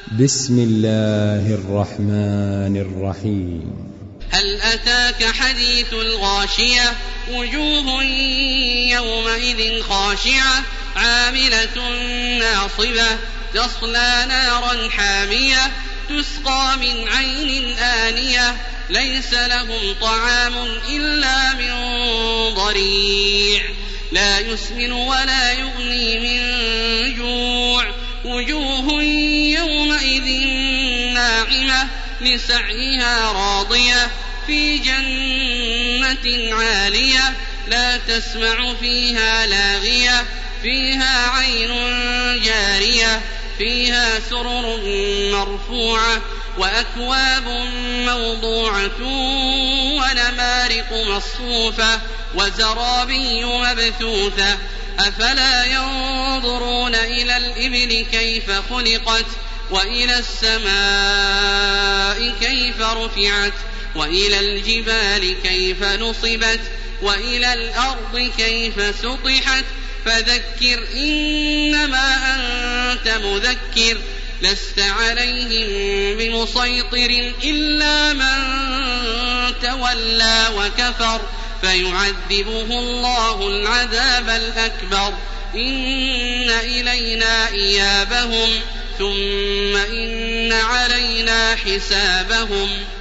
بسم الله الرحمن الرحيم. هل أتاك حديث الغاشية وجوه يومئذ خاشعة عاملة ناصبة تصلى نارا حامية تسقى من عين آنية ليس لهم طعام إلا من ضريع لا يسمن ولا يغني من جوع وجوه يومئذ ناعمة لسعيها راضية في جنة عالية لا تسمع فيها لاغية فيها عين جارية فيها سرر مرفوعة وأكواب موضوعة ونمارق مصفوفة وزرابي مبثوثة أفلا ينظرون إلى الإبل كيف خلقت وإلى السماء كيف رفعت وإلى الجبال كيف نصبت وإلى الأرض كيف سطحت فذكر إنما أنت مذكر لست عليهم بمسيطر إلا من تولى وكفر فيعذبه الله العذاب الأكبر إن إلينا إيابهم ثم إن علينا حسابهم.